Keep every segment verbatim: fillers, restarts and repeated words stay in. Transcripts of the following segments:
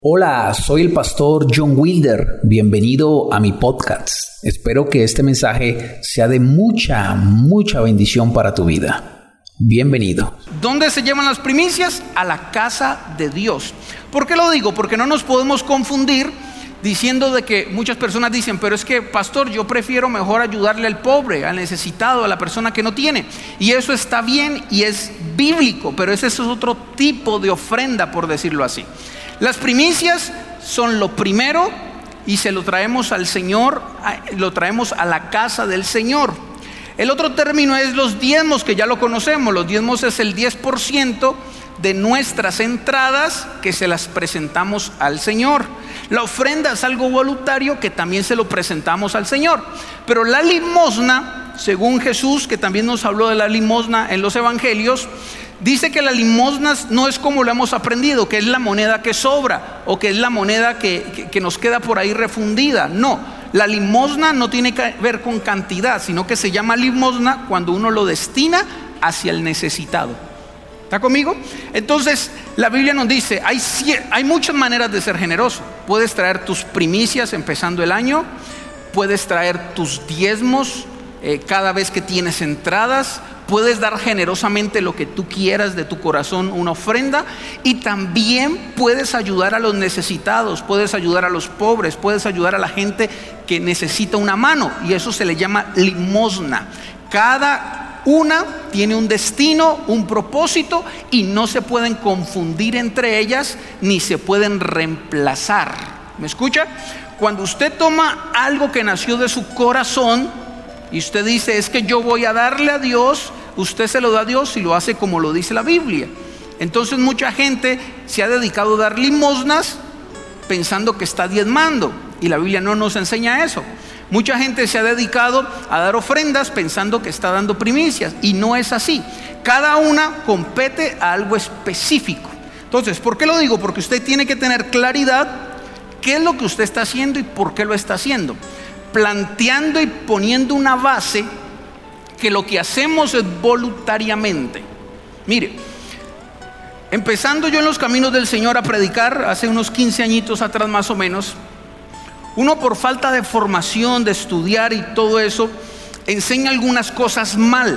Hola, soy el pastor John Wilder. Bienvenido a mi podcast. Espero que este mensaje sea de mucha, mucha bendición para tu vida. Bienvenido. ¿Dónde se llevan las primicias? A la casa de Dios. ¿Por qué lo digo? Porque no nos podemos confundir diciendo de que muchas personas dicen, pero es que pastor, yo prefiero mejor ayudarle al pobre, al necesitado, a la persona que no tiene. Y eso está bien y es bíblico, pero ese es otro tipo de ofrenda, por decirlo así. Las primicias son lo primero y se lo traemos al Señor, lo traemos a la casa del Señor. El otro término es los diezmos, que ya lo conocemos. Los diezmos es el diez por ciento de nuestras entradas que se las presentamos al Señor. La ofrenda es algo voluntario que también se lo presentamos al Señor. Pero la limosna, según Jesús, que también nos habló de la limosna en los evangelios, dice que la limosna no es como lo hemos aprendido, que es la moneda que sobra o que es la moneda que, que, que nos queda por ahí refundida. No, la limosna no tiene que ver con cantidad, sino que se llama limosna cuando uno lo destina hacia el necesitado. ¿Está conmigo? Entonces la Biblia nos dice, hay, hay muchas maneras de ser generoso. Puedes traer tus primicias empezando el año, puedes traer tus diezmos eh, cada vez que tienes entradas, puedes dar generosamente lo que tú quieras de tu corazón, una ofrenda, y también puedes ayudar a los necesitados, puedes ayudar a los pobres, puedes ayudar a la gente que necesita una mano, y eso se le llama limosna. Cada una tiene un destino, un propósito, y no se pueden confundir entre ellas, ni se pueden reemplazar. ¿Me escucha? Cuando usted toma algo que nació de su corazón, y usted dice, es que yo voy a darle a Dios, usted se lo da a Dios y lo hace como lo dice la Biblia. Entonces mucha gente se ha dedicado a dar limosnas pensando que está diezmando, y la Biblia no nos enseña eso. Mucha gente se ha dedicado a dar ofrendas pensando que está dando primicias, y no es así. Cada una compete a algo específico. Entonces, ¿por qué lo digo? Porque usted tiene que tener claridad qué es lo que usted está haciendo y por qué lo está haciendo, planteando y poniendo una base que lo que hacemos es voluntariamente. Mire, empezando yo en los caminos del Señor a predicar hace unos quince añitos atrás más o menos, uno por falta de formación, de estudiar y todo eso, enseña algunas cosas mal,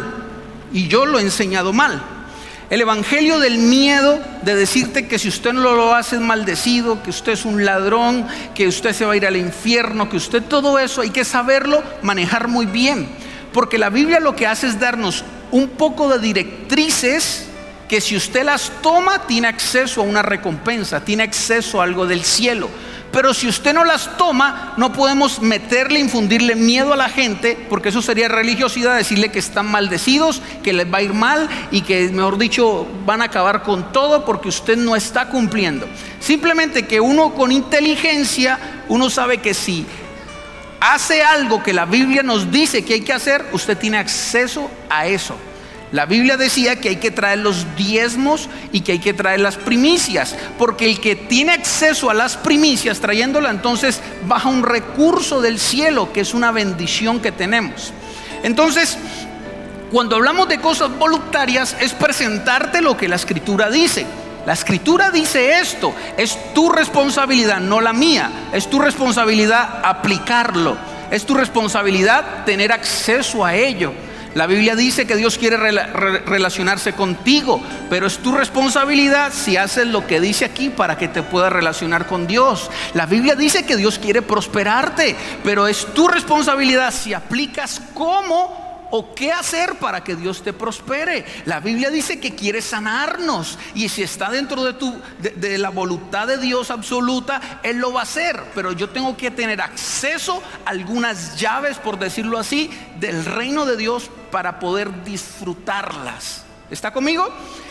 y yo lo he enseñado mal. El evangelio del miedo, de decirte que si usted no lo hace es maldecido, que usted es un ladrón, que usted se va a ir al infierno, que usted, todo eso hay que saberlo manejar muy bien, porque la Biblia lo que hace es darnos un poco de directrices que si usted las toma tiene acceso a una recompensa, tiene acceso a algo del cielo. Pero si usted no las toma, no podemos meterle, infundirle miedo a la gente, porque eso sería religiosidad, decirle que están maldecidos, que les va a ir mal y que, mejor dicho, van a acabar con todo porque usted no está cumpliendo. Simplemente que uno con inteligencia, uno sabe que si hace algo que la Biblia nos dice que hay que hacer, usted tiene acceso a eso. La Biblia decía que hay que traer los diezmos y que hay que traer las primicias, porque el que tiene acceso a las primicias trayéndola, entonces baja un recurso del cielo, que es una bendición que tenemos. Entonces, cuando hablamos de cosas voluntarias, es presentarte lo que la Escritura dice. La Escritura dice esto, es tu responsabilidad, no la mía. Es tu responsabilidad aplicarlo, es tu responsabilidad tener acceso a ello. La Biblia dice que Dios quiere rela- re- relacionarse contigo, pero es tu responsabilidad si haces lo que dice aquí para que te puedas relacionar con Dios. La Biblia dice que Dios quiere prosperarte, pero es tu responsabilidad si aplicas cómo o qué hacer para que Dios te prospere. La Biblia dice que quiere sanarnos, y si está dentro de, tu, de, de la voluntad de Dios absoluta, Él lo va a hacer. Pero yo tengo que tener acceso a algunas llaves, por decirlo así, del reino de Dios para poder disfrutarlas. ¿Está conmigo?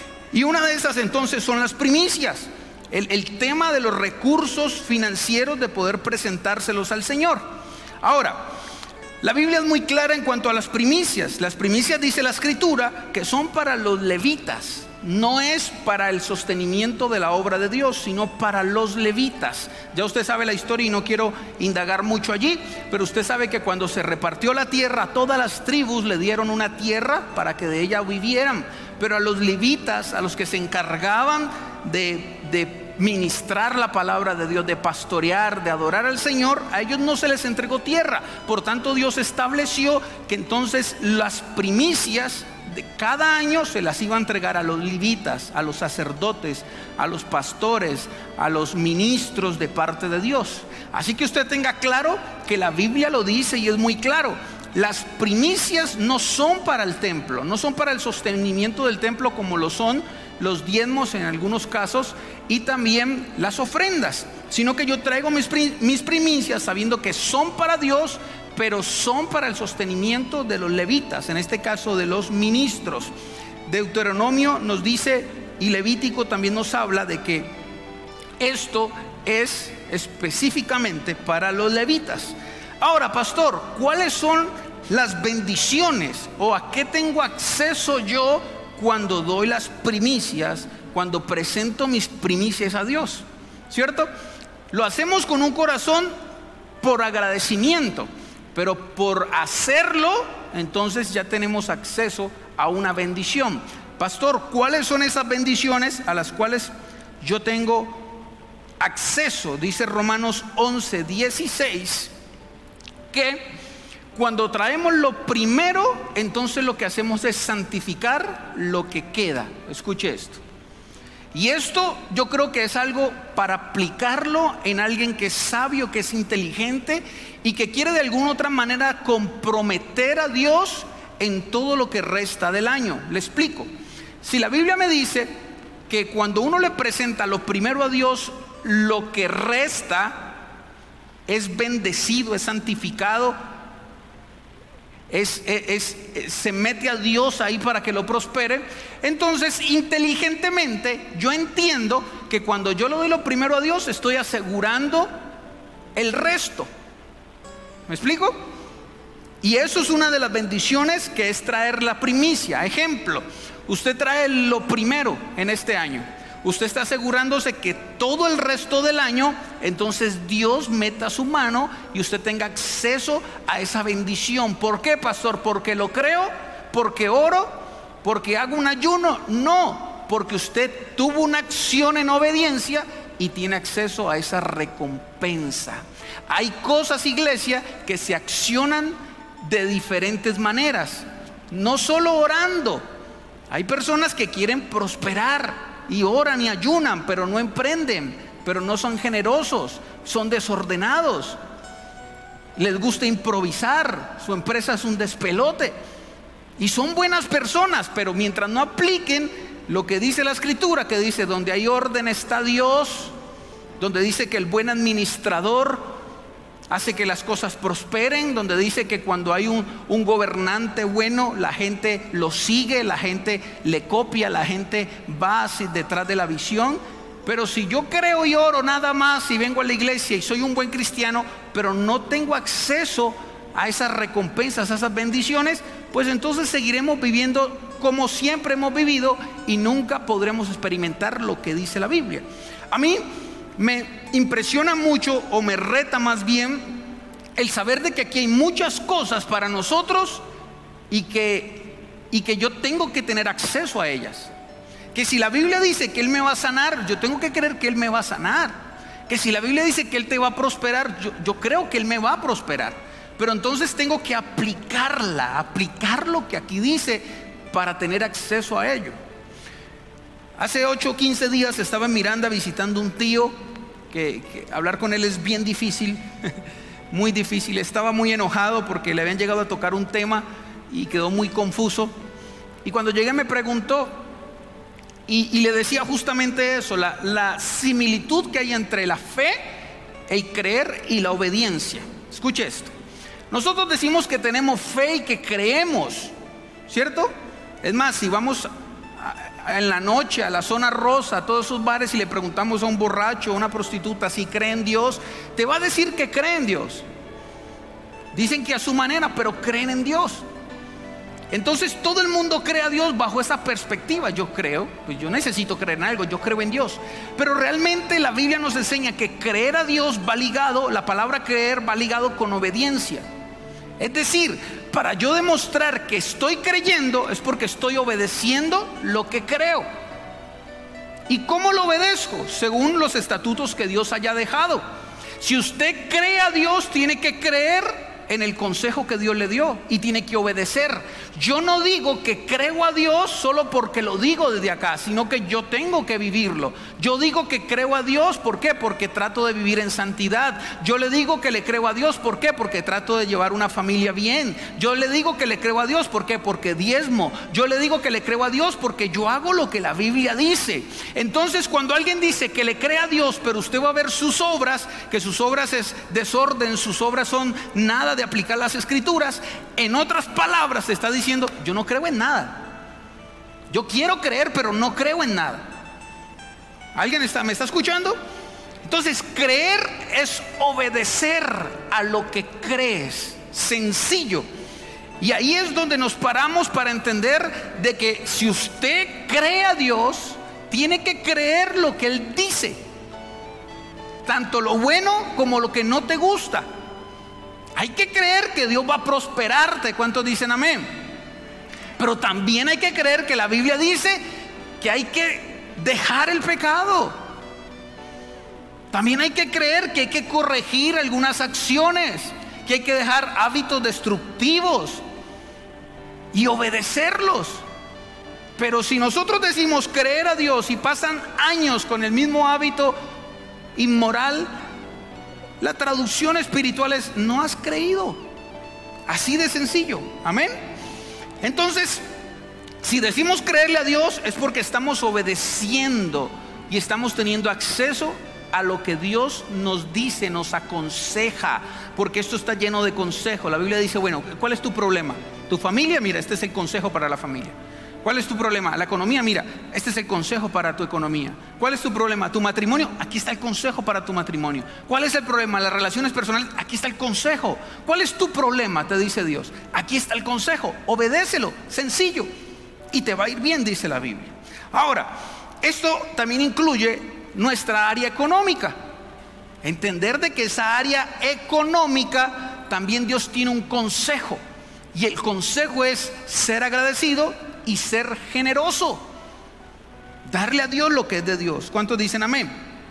Y una de esas entonces son las primicias. El, el tema de los recursos financieros de poder presentárselos al Señor. Ahora, la Biblia es muy clara en cuanto a las primicias. Las primicias, dice la Escritura, que son para los levitas. No es para el sostenimiento de la obra de Dios, sino para los levitas. Ya usted sabe la historia y no quiero indagar mucho allí, pero usted sabe que cuando se repartió la tierra, a todas las tribus le dieron una tierra para que de ella vivieran. Pero a los levitas, a los que se encargaban de, de ministrar la palabra de Dios, de pastorear, de adorar al Señor, a ellos no se les entregó tierra. Por tanto, Dios estableció que entonces las primicias de cada año se las iba a entregar a los levitas, a los sacerdotes, a los pastores, a los ministros de parte de Dios. Así que usted tenga claro que la Biblia lo dice y es muy claro. Las primicias no son para el templo, no son para el sostenimiento del templo como lo son los diezmos en algunos casos y también las ofrendas, sino que yo traigo mis, mis primicias sabiendo que son para Dios, pero son para el sostenimiento de los levitas, en este caso de los ministros. Deuteronomio nos dice, y Levítico también nos habla de que esto es específicamente para los levitas. Ahora, pastor, ¿cuáles son las bendiciones o a qué tengo acceso yo cuando doy las primicias, cuando presento mis primicias a Dios? ¿Cierto? Lo hacemos con un corazón por agradecimiento, pero por hacerlo, entonces ya tenemos acceso a una bendición. Pastor, ¿cuáles son esas bendiciones a las cuales yo tengo acceso? Dice Romanos once, dieciséis, que cuando traemos lo primero, entonces lo que hacemos es santificar lo que queda. Escuche esto. Y esto yo creo que es algo para aplicarlo en alguien que es sabio, que es inteligente y que quiere de alguna otra manera comprometer a Dios en todo lo que resta del año. Le explico. Si la Biblia me dice que cuando uno le presenta lo primero a Dios, lo que resta es bendecido, es santificado, Es, es, es, se mete a Dios ahí para que lo prospere. Entonces, inteligentemente, yo entiendo que cuando yo le doy lo primero a Dios, estoy asegurando el resto. ¿Me explico? Y eso es una de las bendiciones, que es traer la primicia. Ejemplo, usted trae lo primero en este año. Usted está asegurándose que todo el resto del año, entonces Dios meta su mano y usted tenga acceso a esa bendición. ¿Por qué, pastor? ¿Porque lo creo? ¿Porque oro? ¿Porque hago un ayuno? No, porque usted tuvo una acción en obediencia y tiene acceso a esa recompensa. Hay cosas, iglesia, que se accionan de diferentes maneras, no solo orando. Hay personas que quieren prosperar y oran y ayunan, pero no emprenden, pero no son generosos, son desordenados, les gusta improvisar, su empresa es un despelote y son buenas personas, pero mientras no apliquen lo que dice la Escritura, que dice donde hay orden está Dios, donde dice que el buen administrador hace que las cosas prosperen, donde dice que cuando hay un, un gobernante bueno, la gente lo sigue, la gente le copia, la gente va así detrás de la visión. Pero si yo creo y oro nada más y vengo a la iglesia y soy un buen cristiano, pero no tengo acceso a esas recompensas, a esas bendiciones, pues entonces seguiremos viviendo como siempre hemos vivido y nunca podremos experimentar lo que dice la Biblia. A mí me impresiona mucho, o me reta más bien, el saber de que aquí hay muchas cosas para nosotros y que, y que yo tengo que tener acceso a ellas. Que si la Biblia dice que Él me va a sanar, yo tengo que creer que Él me va a sanar. Que si la Biblia dice que Él te va a prosperar, yo, yo creo que Él me va a prosperar. Pero entonces tengo que aplicarla, aplicar lo que aquí dice para tener acceso a ello. Hace ocho o quince días estaba en Miranda visitando un tío que, que hablar con él es bien difícil, muy difícil. Estaba muy enojado porque le habían llegado a tocar un tema y quedó muy confuso. Y cuando llegué me preguntó y, y le decía justamente eso, la, la similitud que hay entre la fe, el creer y la obediencia. Escuche esto. Nosotros decimos que tenemos fe y que creemos, ¿cierto? Es más, si vamos en la noche a la zona rosa, a todos esos bares, y le preguntamos a un borracho o a una prostituta si cree en Dios, te va a decir que cree en Dios. Dicen que a su manera, pero creen en Dios. Entonces todo el mundo cree a Dios bajo esa perspectiva. Yo creo, pues yo necesito creer en algo, yo creo en Dios. Pero realmente la Biblia nos enseña que creer a Dios va ligado, la palabra creer va ligado con obediencia. Es decir, para yo demostrar que estoy creyendo es porque estoy obedeciendo lo que creo. ¿Y cómo lo obedezco? Según los estatutos que Dios haya dejado. Si usted cree a Dios, tiene que creer en el consejo que Dios le dio y tiene que obedecer. Yo no digo que creo a Dios solo porque lo digo desde acá, sino que yo tengo que vivirlo. Yo digo que creo a Dios, ¿por qué? Porque trato de vivir en santidad. Yo le digo que le creo a Dios, ¿por qué? Porque trato de llevar una familia bien. Yo le digo que le creo a Dios, ¿por qué? Porque diezmo. Yo le digo que le creo a Dios porque yo hago lo que la Biblia dice. Entonces, cuando alguien dice que le cree a Dios, pero usted va a ver sus obras, que sus obras es desorden, sus obras son nada de aplicar las escrituras, en otras palabras está diciendo: yo no creo en nada. Yo quiero creer, pero no creo en nada. ¿Alguien está, me está escuchando? Entonces, creer es obedecer a lo que crees. Sencillo. Y ahí es donde nos paramos para entender de que si usted cree a Dios, tiene que creer lo que Él dice, tanto lo bueno como lo que no te gusta. Hay que creer que Dios va a prosperarte. ¿Cuántos dicen amén? Pero también hay que creer que la Biblia dice que hay que dejar el pecado. También hay que creer que hay que corregir algunas acciones, que hay que dejar hábitos destructivos y obedecerlos. Pero si nosotros decimos creer a Dios y pasan años con el mismo hábito inmoral, la traducción espiritual es: no has creído. Así de sencillo. Amén. Entonces, si decimos creerle a Dios, es porque estamos obedeciendo y estamos teniendo acceso a lo que Dios nos dice, nos aconseja, porque esto está lleno de consejo. La Biblia dice: bueno, ¿cuál es tu problema? ¿Tu familia? Mira, este es el consejo para la familia. ¿Cuál es tu problema? La economía, mira, este es el consejo para tu economía. ¿Cuál es tu problema? Tu matrimonio, aquí está el consejo para tu matrimonio. ¿Cuál es el problema? Las relaciones personales, aquí está el consejo. ¿Cuál es tu problema? Te dice Dios. Aquí está el consejo, obedécelo, sencillo, y te va a ir bien, dice la Biblia. Ahora, esto también incluye nuestra área económica. Entender de que esa área económica también Dios tiene un consejo, y el consejo es ser agradecido y ser generoso, darle a Dios lo que es de Dios. ¿Cuántos dicen amén?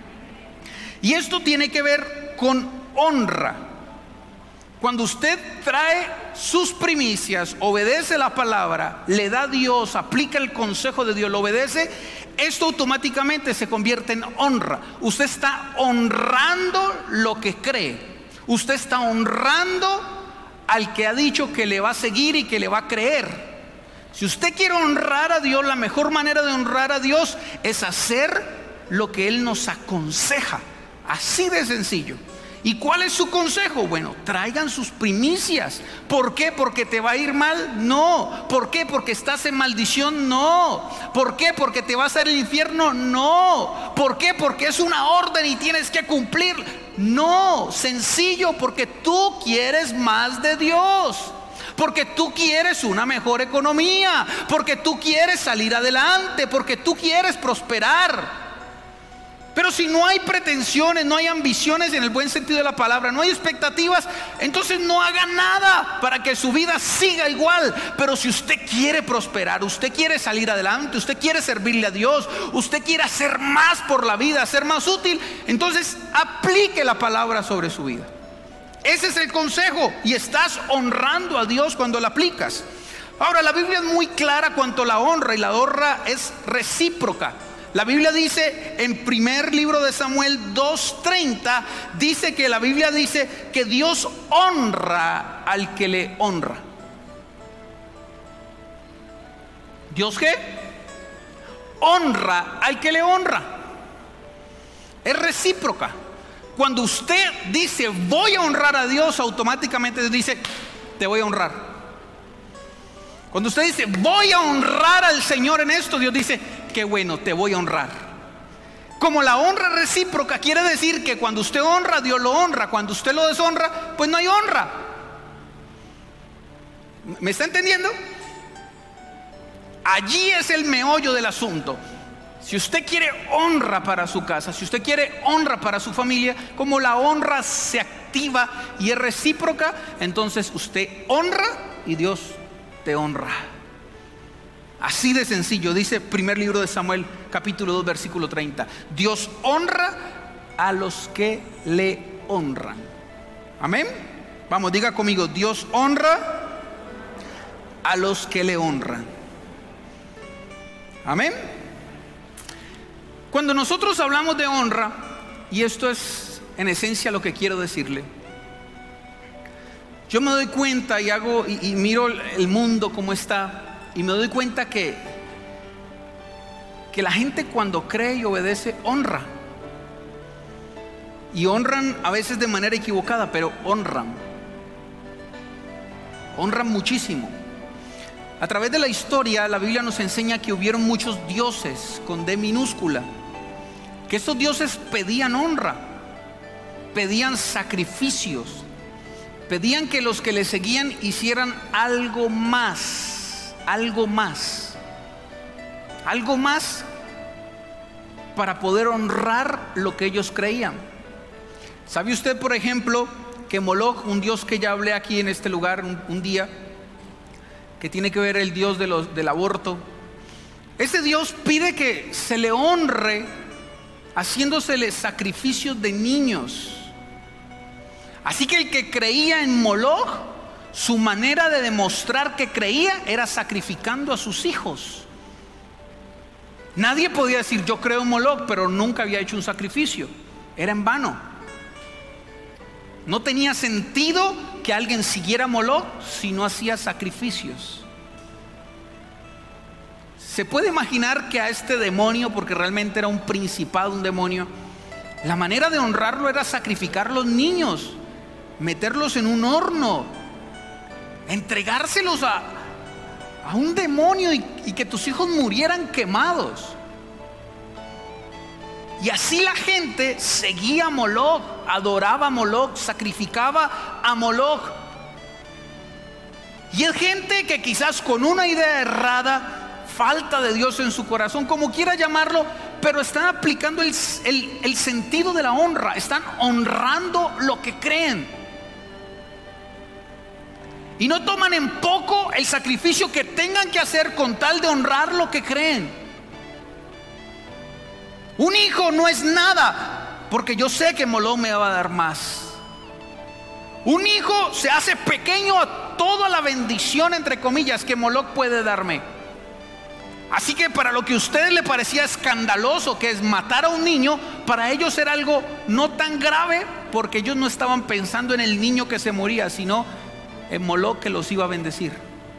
Y esto tiene que ver con honra. Cuando usted trae sus primicias, obedece la palabra, le da a Dios, aplica el consejo de Dios, lo obedece, esto automáticamente se convierte en honra. Usted está honrando lo que cree. Usted está honrando al que ha dicho que le va a seguir y que le va a creer. Si usted quiere honrar a Dios, la mejor manera de honrar a Dios es hacer lo que Él nos aconseja. Así de sencillo. ¿Y cuál es su consejo? Bueno, traigan sus primicias. ¿Por qué? ¿Porque te va a ir mal? No. ¿Por qué? ¿Porque estás en maldición? No. ¿Por qué? ¿Porque te vas al infierno? No. ¿Por qué? ¿Porque es una orden y tienes que cumplir? No. Sencillo, porque tú quieres más de Dios. Porque tú quieres una mejor economía, porque tú quieres salir adelante, porque tú quieres prosperar. Pero si no hay pretensiones, no hay ambiciones en el buen sentido de la palabra, no hay expectativas, entonces no haga nada para que su vida siga igual. Pero si usted quiere prosperar, usted quiere salir adelante, usted quiere servirle a Dios, usted quiere hacer más por la vida, ser más útil, entonces aplique la palabra sobre su vida. Ese es el consejo, y estás honrando a Dios cuando la aplicas. Ahora, la Biblia es muy clara cuanto a la honra, y la honra es recíproca. La Biblia dice en primer libro de Samuel dos treinta, dice que la Biblia dice que Dios honra al que le honra. ¿Dios qué? Honra al que le honra. Es recíproca. Cuando usted dice voy a honrar a Dios, automáticamente dice te voy a honrar. Cuando usted dice voy a honrar al Señor en esto, Dios dice qué bueno, te voy a honrar. Como la honra recíproca quiere decir que cuando usted honra, Dios lo honra. Cuando usted lo deshonra, pues no hay honra. ¿Me está entendiendo? Allí es el meollo del asunto. Si usted quiere honra para su casa, si usted quiere honra para su familia, como la honra se activa y es recíproca, entonces usted honra y Dios te honra. Así de sencillo, dice primer libro de Samuel, capítulo dos, versículo treinta. Dios honra a los que le honran. Amén. Vamos, diga conmigo, Dios honra a los que le honran. Amén. Cuando nosotros hablamos de honra, y esto es en esencia lo que quiero decirle, yo me doy cuenta y hago y, y miro el mundo como está, y me doy cuenta que que la gente cuando cree y obedece honra, y honran a veces de manera equivocada, pero honran honran muchísimo. A través de la historia, la Biblia nos enseña que hubieron muchos dioses con D minúscula, que estos dioses pedían honra, pedían sacrificios, pedían que los que le seguían hicieran algo más, algo más, algo más para poder honrar lo que ellos creían. ¿Sabe usted, por ejemplo, que Moloch, un dios que ya hablé aquí en este lugar un, un día, que tiene que ver el dios de los, del aborto, ese dios pide que se le honre haciéndosele sacrificios de niños? Así que el que creía en Moloch, su manera de demostrar que creía era sacrificando a sus hijos. Nadie podía decir yo creo en Moloch, pero nunca había hecho un sacrificio. Era en vano. No tenía sentido que alguien siguiera a Moloch si no hacía sacrificios. Se puede imaginar que a este demonio, porque realmente era un principado, un demonio, la manera de honrarlo era sacrificar los niños, meterlos en un horno, entregárselos a, a un demonio y, y que tus hijos murieran quemados. Y así la gente seguía a Moloch, adoraba a Moloch, sacrificaba a Moloch. Y es gente que quizás con una idea errada, falta de Dios en su corazón, como quiera llamarlo, pero están aplicando el, el, el sentido de la honra, están honrando lo que creen. Y no toman en poco el sacrificio que tengan que hacer con tal de honrar lo que creen. Un hijo no es nada, porque yo sé que Moloch me va a dar más. Un hijo se hace pequeño a toda la bendición, entre comillas, que Moloch puede darme. Así que para lo que a ustedes le parecía escandaloso, que es matar a un niño, para ellos era algo no tan grave, porque ellos no estaban pensando en el niño que se moría, sino en Moloch que los iba a bendecir.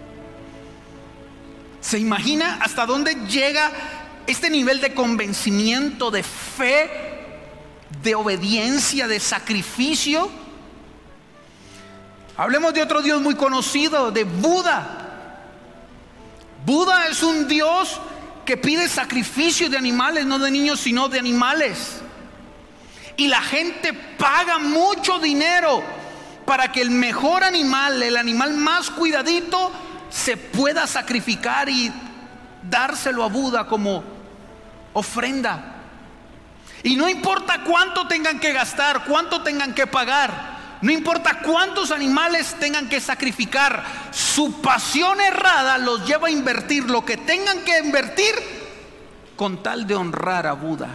¿Se imagina hasta dónde llega este nivel de convencimiento, de fe, de obediencia, de sacrificio? Hablemos de otro Dios muy conocido, de Buda. Buda es un Dios que pide sacrificio de animales, no de niños, sino de animales. Y la gente paga mucho dinero para que el mejor animal, el animal más cuidadito, se pueda sacrificar y dárselo a Buda como ofrenda. Y no importa cuánto tengan que gastar, cuánto tengan que pagar, no importa cuántos animales tengan que sacrificar, su pasión errada los lleva a invertir lo que tengan que invertir con tal de honrar a Buda.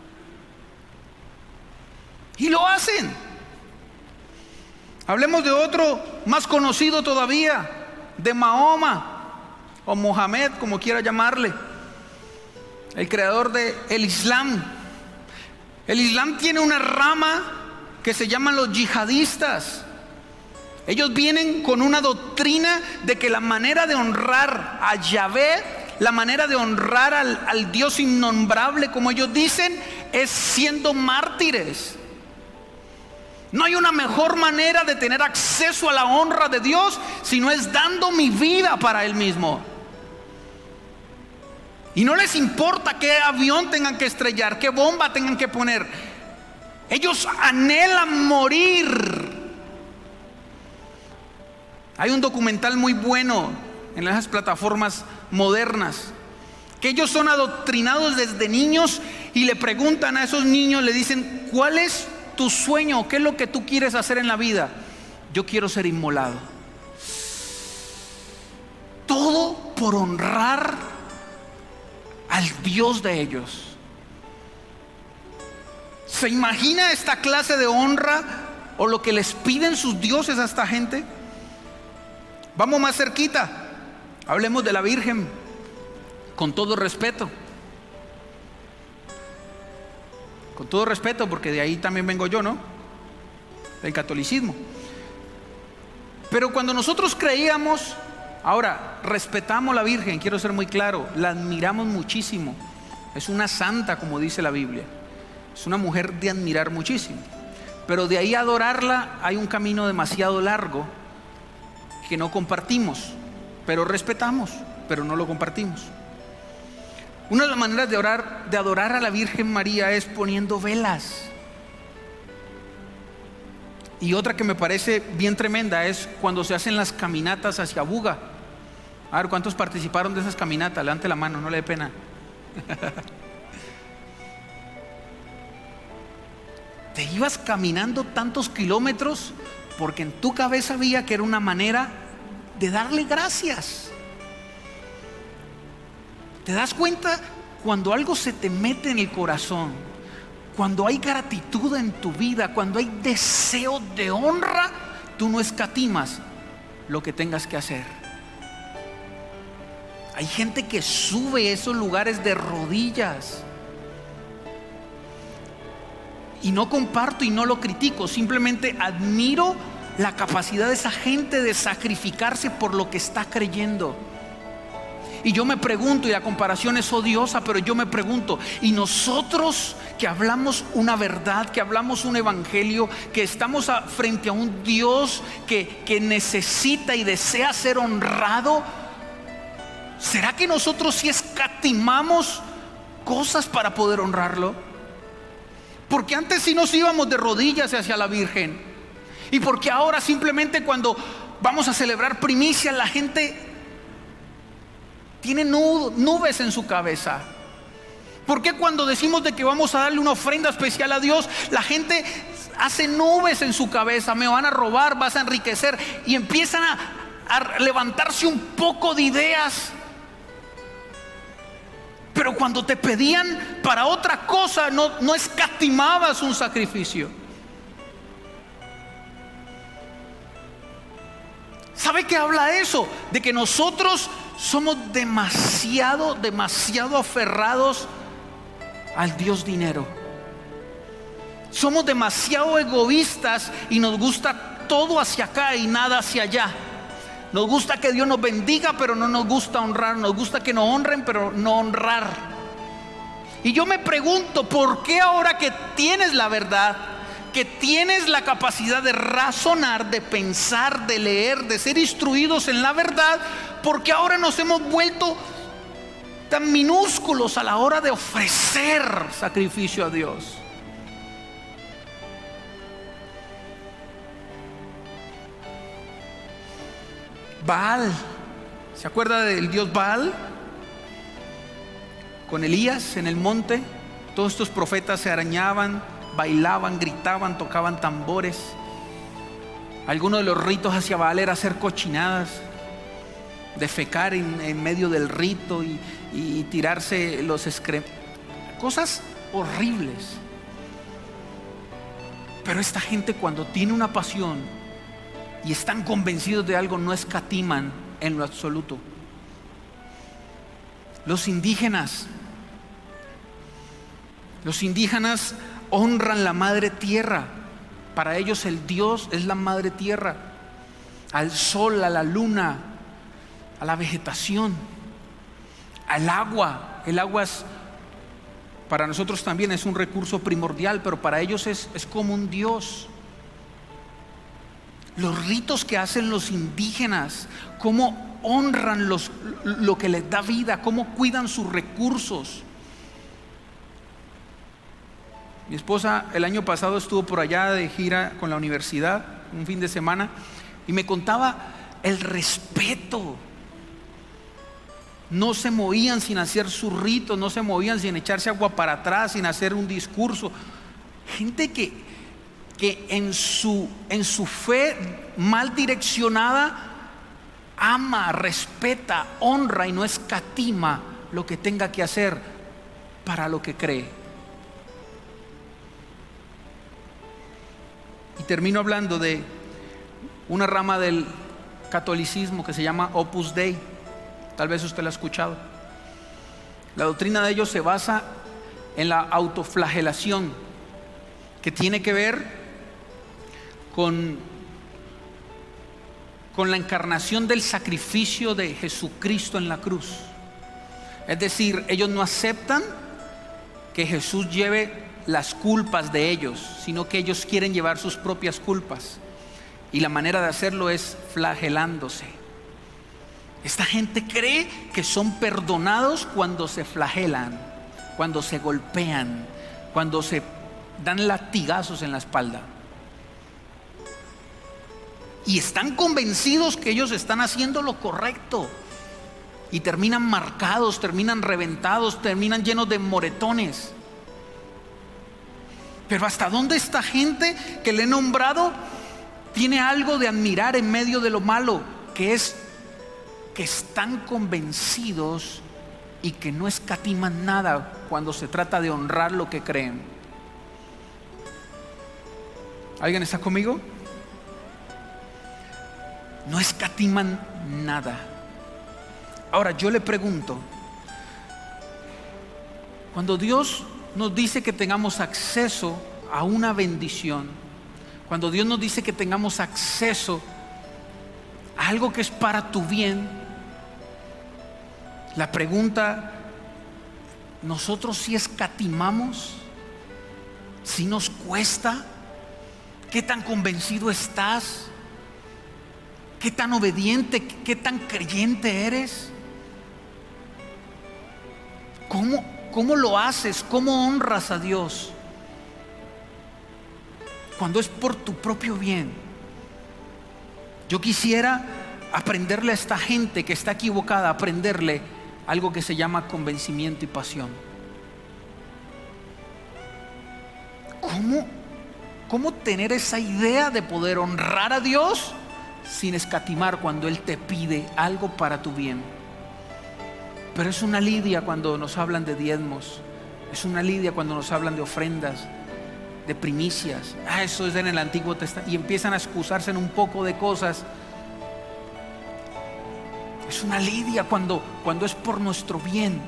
Y lo hacen. Hablemos de otro más conocido todavía, de Mahoma o Mohamed, como quiera llamarle, el creador del Islam. El Islam tiene una rama que se llaman los yihadistas. Ellos vienen con una doctrina de que la manera de honrar a Yahvé, la manera de honrar al, al Dios innombrable, como ellos dicen, es siendo mártires. No hay una mejor manera de tener acceso a la honra de Dios sino es dando mi vida para Él mismo. Y no les importa qué avión tengan que estrellar, qué bomba tengan que poner. Ellos anhelan morir. Hay un documental muy bueno en esas plataformas modernas, que ellos son adoctrinados desde niños y le preguntan a esos niños, le dicen, ¿cuál es tu sueño? ¿Qué es lo que tú quieres hacer en la vida? Yo quiero ser inmolado. Todo por honrar al Dios de ellos. ¿Se imagina esta clase de honra o lo que les piden sus dioses a esta gente? Vamos más cerquita, hablemos de la Virgen, con todo respeto. Con todo respeto, porque de ahí también vengo yo, ¿no? Del catolicismo. Pero cuando nosotros creíamos, ahora respetamos a la Virgen, quiero ser muy claro, la admiramos muchísimo. Es una santa, como dice la Biblia. Es una mujer de admirar muchísimo. Pero de ahí a adorarla hay un camino demasiado largo que no compartimos, pero respetamos, pero no lo compartimos. Una de las maneras de orar, de adorar a la Virgen María es poniendo velas. Y otra que me parece bien tremenda es cuando se hacen las caminatas hacia Buga. A ver, ¿cuántos participaron de esas caminatas? Levante la mano, no le dé pena. Te ibas caminando tantos kilómetros porque en tu cabeza había que era una manera de darle gracias. ¿Te das cuenta? Cuando algo se te mete en el corazón, cuando hay gratitud en tu vida, cuando hay deseo de honra, tú no escatimas lo que tengas que hacer. Hay gente que sube esos lugares de rodillas. Y no comparto y no lo critico, simplemente admiro la capacidad de esa gente de sacrificarse por lo que está creyendo. Y yo me pregunto, y la comparación es odiosa, pero yo me pregunto, y nosotros que hablamos una verdad, que hablamos un evangelio, que estamos a, frente a un Dios que, que necesita y desea ser honrado, ¿será que nosotros sí escatimamos cosas para poder honrarlo? Porque antes sí nos íbamos de rodillas hacia la Virgen, y porque ahora simplemente cuando vamos a celebrar primicias la gente tiene nubes en su cabeza. ¿Por qué cuando decimos de que vamos a darle una ofrenda especial a Dios, la gente hace nubes en su cabeza? Me van a robar, vas a enriquecer, y empiezan a, a levantarse un poco de ideas. Pero cuando te pedían para otra cosa, no, no escatimabas un sacrificio. ¿Sabe qué habla eso? De que nosotros somos demasiado, demasiado aferrados al Dios dinero. Somos demasiado egoístas y nos gusta todo hacia acá y nada hacia allá. Nos gusta que Dios nos bendiga, pero no nos gusta honrar. Nos gusta que nos honren, pero no honrar. Y yo me pregunto, ¿por qué ahora que tienes la verdad, que tienes la capacidad de razonar, de pensar, de leer, de ser instruidos en la verdad, por qué ahora nos hemos vuelto tan minúsculos a la hora de ofrecer sacrificio a Dios? Baal, ¿se acuerda del dios Baal? Con Elías en el monte, todos estos profetas se arañaban, bailaban, gritaban, tocaban tambores. Algunos de los ritos hacia Baal era hacer cochinadas, defecar en, en medio del rito y, y tirarse los excrementos, cosas horribles. Pero esta gente, cuando tiene una pasión y están convencidos de algo, no escatiman en lo absoluto. Los indígenas, los indígenas honran la madre tierra. Para ellos el Dios es la madre tierra, al sol, a la luna, a la vegetación, al agua. El agua es, para nosotros también es un recurso primordial, pero para ellos es, es como un Dios. Los ritos que hacen los indígenas, cómo honran los, lo que les da vida, cómo cuidan sus recursos. Mi esposa el año pasado estuvo por allá de gira con la universidad, un fin de semana, y me contaba el respeto. No se movían sin hacer sus ritos, no se movían sin echarse agua para atrás, sin hacer un discurso. Gente que, que en su, en su fe mal direccionada ama, respeta, honra y no escatima lo que tenga que hacer para lo que cree. Y termino hablando de una rama del catolicismo que se llama Opus Dei. Tal vez usted la ha escuchado. La doctrina de ellos se basa en la autoflagelación, que tiene que ver con, con la encarnación del sacrificio de Jesucristo en la cruz. Es decir, ellos no aceptan que Jesús lleve las culpas de ellos, sino que ellos quieren llevar sus propias culpas. Y la manera de hacerlo es flagelándose. Esta gente cree que son perdonados cuando se flagelan, cuando se golpean, cuando se dan latigazos en la espalda. Y están convencidos que ellos están haciendo lo correcto. Y terminan marcados, terminan reventados, terminan llenos de moretones. Pero ¿hasta dónde esta gente que le he nombrado tiene algo de admirar en medio de lo malo? Que es que están convencidos y que no escatiman nada cuando se trata de honrar lo que creen. ¿Alguien está conmigo? No escatiman nada. Ahora yo le pregunto, cuando Dios nos dice que tengamos acceso a una bendición, cuando Dios nos dice que tengamos acceso a algo que es para tu bien, la pregunta, ¿nosotros sí escatimamos? ¿Sí nos cuesta? ¿Qué tan convencido estás? ¿Qué tan obediente, qué tan creyente eres? ¿Cómo, cómo lo haces? ¿Cómo honras a Dios? Cuando es por tu propio bien. Yo quisiera aprenderle a esta gente que está equivocada, aprenderle algo que se llama convencimiento y pasión. ¿Cómo, cómo tener esa idea de poder honrar a Dios sin escatimar cuando Él te pide algo para tu bien? Pero es una lidia cuando nos hablan de diezmos, es una lidia cuando nos hablan de ofrendas, de primicias. Ah, eso es en el Antiguo Testamento. Y empiezan a excusarse en un poco de cosas. Es una lidia cuando, cuando es por nuestro bien.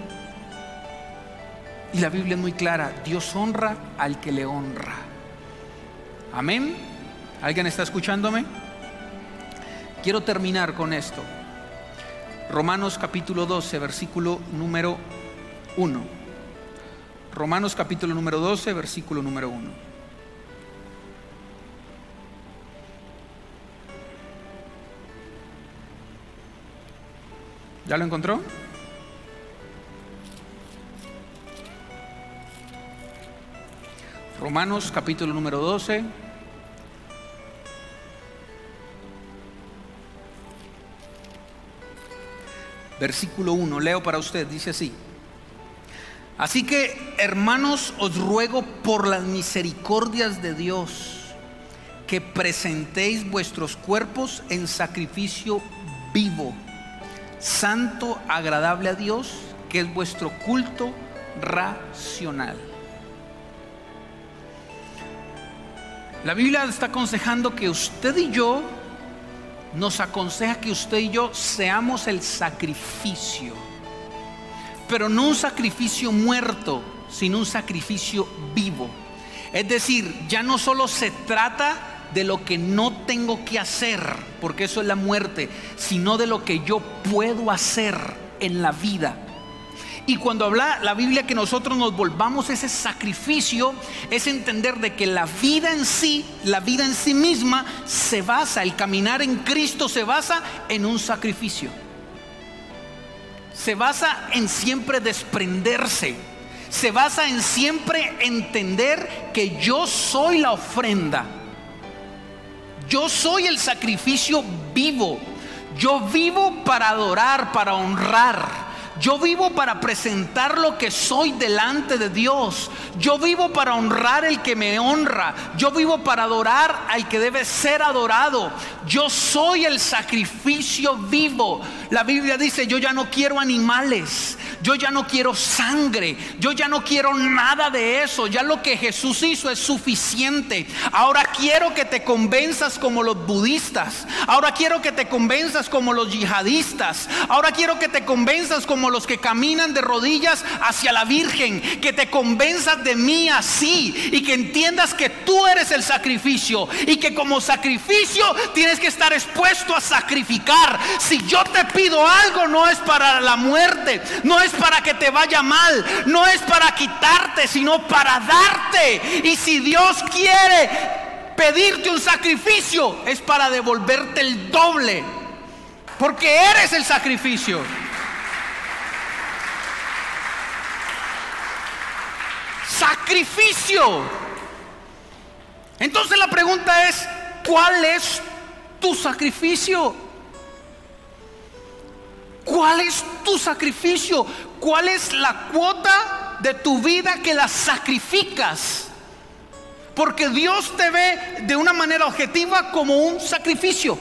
Y la Biblia es muy clara: Dios honra al que le honra. Amén. ¿Alguien está escuchándome? Quiero terminar con esto. Romanos capítulo doce, versículo número uno. Romanos capítulo número doce, versículo número uno. ¿Ya lo encontró? Romanos capítulo número doce. Versículo uno, leo para usted, dice así: así que, hermanos, os ruego por las misericordias de Dios que presentéis vuestros cuerpos en sacrificio vivo, santo, agradable a Dios, que es vuestro culto racional. La Biblia está aconsejando que usted y yo, nos aconseja que usted y yo seamos el sacrificio, pero no un sacrificio muerto, sino un sacrificio vivo. Es decir, ya no solo se trata de lo que no tengo que hacer, porque eso es la muerte, sino de lo que yo puedo hacer en la vida. Y cuando habla la Biblia que nosotros nos volvamos ese sacrificio, es entender de que la vida en sí, la vida en sí misma se basa, el caminar en Cristo se basa en un sacrificio. Se basa en siempre desprenderse. Se basa en siempre entender que yo soy la ofrenda. Yo soy el sacrificio vivo. Yo vivo para adorar, para honrar. Yo vivo para presentar lo que soy delante de Dios. Yo vivo para honrar al que me honra. Yo vivo para adorar al que debe ser adorado. Yo soy el sacrificio vivo. La Biblia dice: yo ya no quiero animales, yo ya no quiero sangre, yo ya no quiero nada de eso. Ya lo que Jesús hizo es suficiente. Ahora quiero que te convenzas como los budistas. Ahora quiero que te convenzas como los yihadistas. Ahora quiero que te convenzas como los que caminan de rodillas hacia la Virgen. Que te convenzas de mí así, y que entiendas que tú eres el sacrificio, y que como sacrificio tienes que estar expuesto a sacrificar. Si yo te pido algo, no es para la muerte, no es para que te vaya mal, no es para quitarte, sino para darte. Y si Dios quiere pedirte un sacrificio, es para devolverte el doble, porque eres el sacrificio. Sacrificio. Entonces la pregunta es: ¿cuál es tu sacrificio? ¿Cuál es tu sacrificio? ¿Cuál es la cuota de tu vida que la sacrificas? Porque Dios te ve de una manera objetiva como un sacrificio.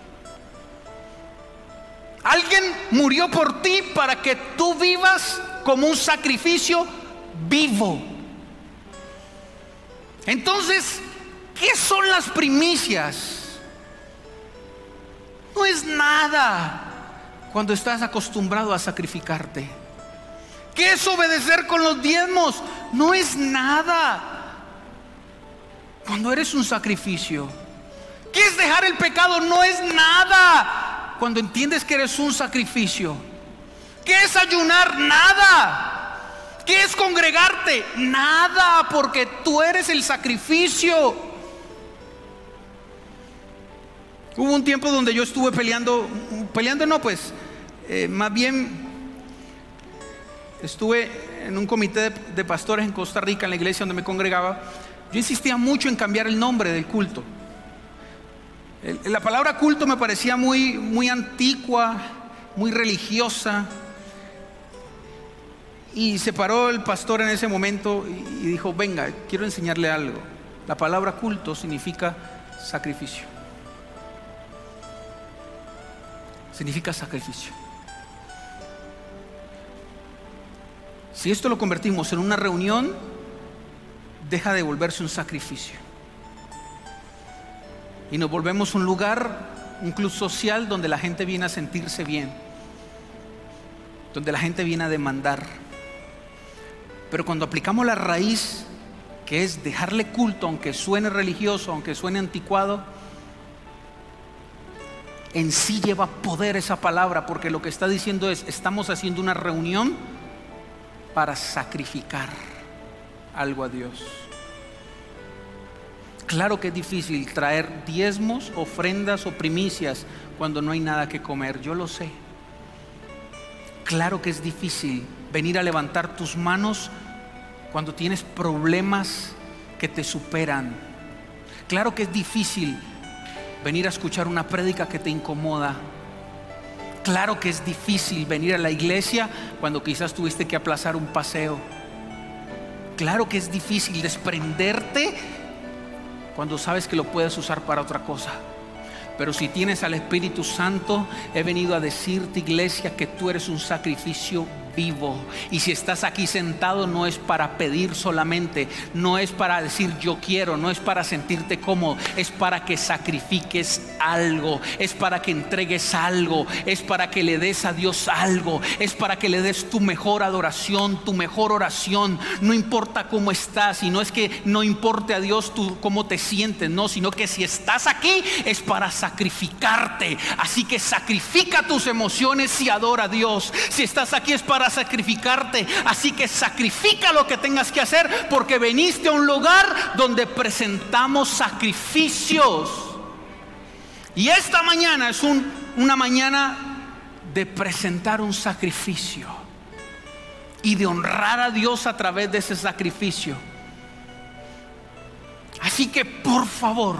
Alguien murió por ti para que tú vivas como un sacrificio vivo. Entonces, ¿qué son las primicias? No es nada cuando estás acostumbrado a sacrificarte. ¿Qué es obedecer con los diezmos? No es nada cuando eres un sacrificio. ¿Qué es dejar el pecado? No es nada cuando entiendes que eres un sacrificio. ¿Qué es ayunar? Nada. ¿Qué es congregarte? Nada, porque tú eres el sacrificio. Hubo un tiempo donde yo estuve peleando, peleando no pues, eh, más bien estuve en un comité de, de pastores en Costa Rica, en la iglesia donde me congregaba. Yo insistía mucho en cambiar el nombre del culto. El, la palabra culto me parecía muy, muy antigua, muy religiosa. Y se paró el pastor en ese momento y, y dijo: venga, quiero enseñarle algo. La palabra culto significa sacrificio. Significa sacrificio. Si esto lo convertimos en una reunión, deja de volverse un sacrificio y nos volvemos un lugar, un club social donde la gente viene a sentirse bien, donde la gente viene a demandar. Pero cuando aplicamos la raíz, que es dejarle culto, aunque suene religioso, aunque suene anticuado, en sí lleva poder esa palabra, porque lo que está diciendo es: estamos haciendo una reunión para sacrificar algo a Dios. Claro que es difícil traer diezmos, ofrendas o primicias cuando no hay nada que comer, yo lo sé. Claro que es difícil venir a levantar tus manos cuando tienes problemas que te superan. Claro que es difícil venir a escuchar una prédica que te incomoda. Claro que es difícil venir a la iglesia cuando quizás tuviste que aplazar un paseo. Claro que es difícil desprenderte cuando sabes que lo puedes usar para otra cosa. Pero si tienes al Espíritu Santo, he venido a decirte, iglesia, que tú eres un sacrificio vivo. Y si estás aquí sentado, no es para pedir solamente, no es para decir yo quiero, no es para sentirte cómodo, es para que sacrifiques algo, es para que entregues algo, es para que le des a Dios algo, es para que le des tu mejor adoración, tu mejor oración. No importa cómo estás, y no es que no importe a Dios tú cómo te sientes, no, sino que si estás aquí es para sacrificarte. Así que sacrifica tus emociones y adora a Dios. Si estás aquí es para sacrificarte, así que sacrifica lo que tengas que hacer, porque veniste a un lugar donde presentamos sacrificios. Y esta mañana es un, una mañana de presentar un sacrificio y de honrar a Dios a través de ese sacrificio. Así que por favor,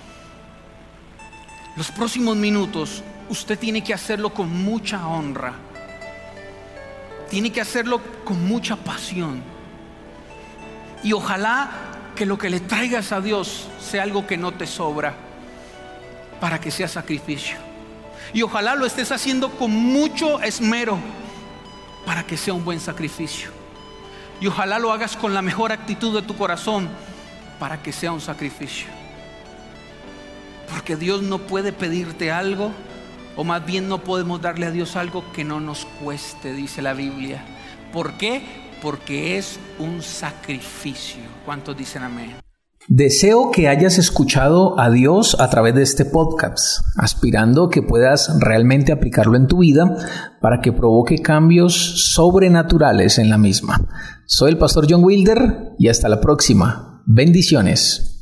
los próximos minutos usted tiene que hacerlo con mucha honra. tiene que hacerlo con mucha pasión. Y ojalá que lo que le traigas a Dios sea algo que no te sobra, para que sea sacrificio. Y ojalá lo estés haciendo con mucho esmero, para que sea un buen sacrificio. Y ojalá lo hagas con la mejor actitud de tu corazón, para que sea un sacrificio. Porque Dios no puede pedirte algo, o más bien no podemos darle a Dios algo que no nos cueste, dice la Biblia. ¿Por qué? Porque es un sacrificio. ¿Cuántos dicen amén? Deseo que hayas escuchado a Dios a través de este podcast, aspirando que puedas realmente aplicarlo en tu vida para que provoque cambios sobrenaturales en la misma. Soy el pastor John Wilder y hasta la próxima. Bendiciones.